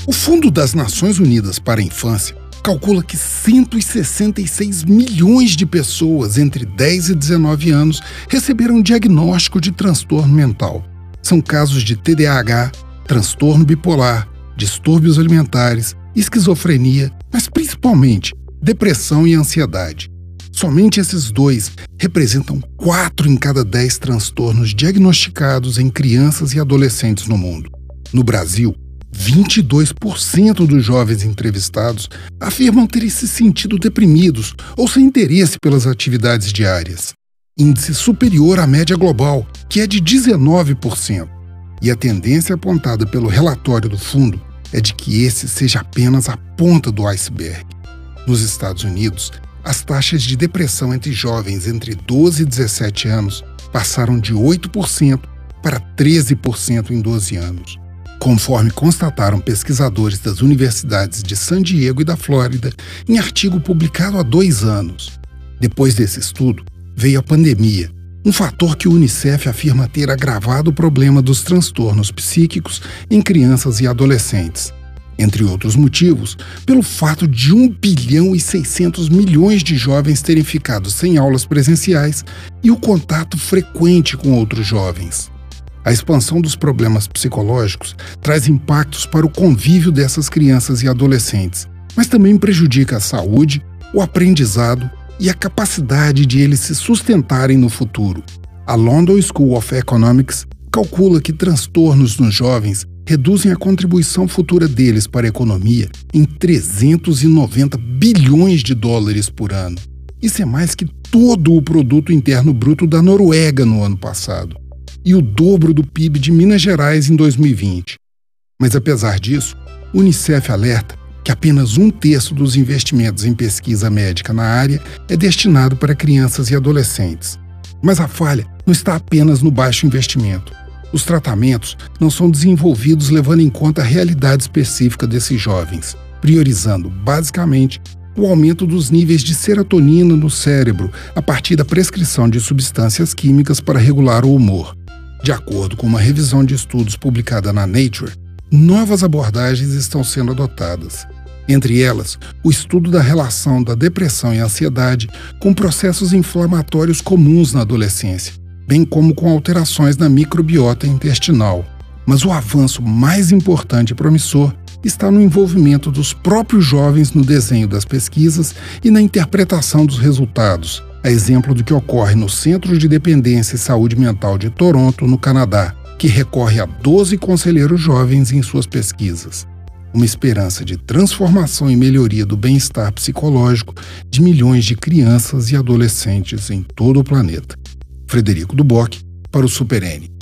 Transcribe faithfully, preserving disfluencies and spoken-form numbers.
O Fundo das Nações Unidas para a Infância calcula que cento e sessenta e seis milhões de pessoas entre dez e dezenove anos receberam diagnóstico de transtorno mental. São casos de T D A H, transtorno bipolar, distúrbios alimentares, esquizofrenia, mas principalmente depressão e ansiedade. Somente esses dois representam quatro em cada dez transtornos diagnosticados em crianças e adolescentes no mundo. No Brasil, vinte e dois por cento dos jovens entrevistados afirmam terem se sentido deprimidos ou sem interesse pelas atividades diárias. Índice superior à média global, que é de dezenove por cento. E a tendência apontada pelo relatório do fundo é de que esse seja apenas a ponta do iceberg. Nos Estados Unidos, as taxas de depressão entre jovens entre doze e dezessete anos passaram de oito por cento para treze por cento em doze anos. Conforme constataram pesquisadores das universidades de San Diego e da Flórida em artigo publicado há dois anos. Depois desse estudo, veio a pandemia, um fator que o Unicef afirma ter agravado o problema dos transtornos psíquicos em crianças e adolescentes. Entre outros motivos, pelo fato de um bilhão e seiscentos milhões de jovens terem ficado sem aulas presenciais e o contato frequente com outros jovens. A expansão dos problemas psicológicos traz impactos para o convívio dessas crianças e adolescentes, mas também prejudica a saúde, o aprendizado e a capacidade de eles se sustentarem no futuro. A London School of Economics calcula que transtornos nos jovens reduzem a contribuição futura deles para a economia em trezentos e noventa bilhões de dólares por ano. Isso é mais que todo o produto interno bruto da Noruega no ano passado, e o dobro do P I B de Minas Gerais em dois mil e vinte. Mas apesar disso, o Unicef alerta que apenas um terço dos investimentos em pesquisa médica na área é destinado para crianças e adolescentes. Mas a falha não está apenas no baixo investimento. Os tratamentos não são desenvolvidos levando em conta a realidade específica desses jovens, priorizando, basicamente, o aumento dos níveis de serotonina no cérebro a partir da prescrição de substâncias químicas para regular o humor. De acordo com uma revisão de estudos publicada na Nature, novas abordagens estão sendo adotadas. Entre elas, o estudo da relação da depressão e ansiedade com processos inflamatórios comuns na adolescência, bem como com alterações na microbiota intestinal. Mas o avanço mais importante e promissor está no envolvimento dos próprios jovens no desenho das pesquisas e na interpretação dos resultados, a exemplo do que ocorre no Centro de Dependência e Saúde Mental de Toronto, no Canadá, que recorre a doze conselheiros jovens em suas pesquisas. Uma esperança de transformação e melhoria do bem-estar psicológico de milhões de crianças e adolescentes em todo o planeta. Frederico Duboc, para o Super N.